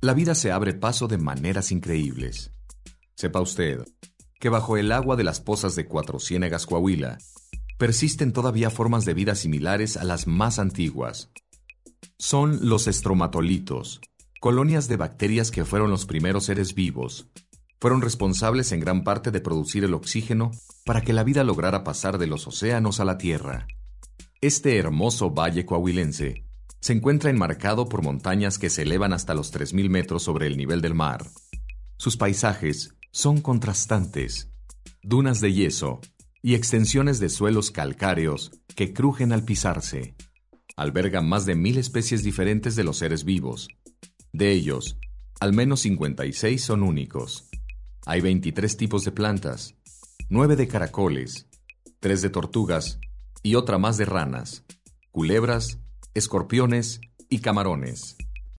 La vida se abre paso de maneras increíbles. Sepa usted que bajo el agua de las pozas de Cuatro Ciénegas, Coahuila, persisten todavía formas de vida similares a las más antiguas. Son los estromatolitos, colonias de bacterias que fueron los primeros seres vivos. Fueron responsables en gran parte de producir el oxígeno para que la vida lograra pasar de los océanos a la Tierra. Este hermoso valle coahuilense se encuentra enmarcado por montañas que se elevan hasta los 3.000 metros sobre el nivel del mar. Sus paisajes son contrastantes, dunas de yeso y extensiones de suelos calcáreos que crujen al pisarse. Albergan más de 1.000 especies diferentes de los seres vivos. De ellos, al menos 56 son únicos. Hay 23 tipos de plantas, 9 de caracoles, 3 de tortugas y otra más de ranas, culebras, escorpiones y camarones.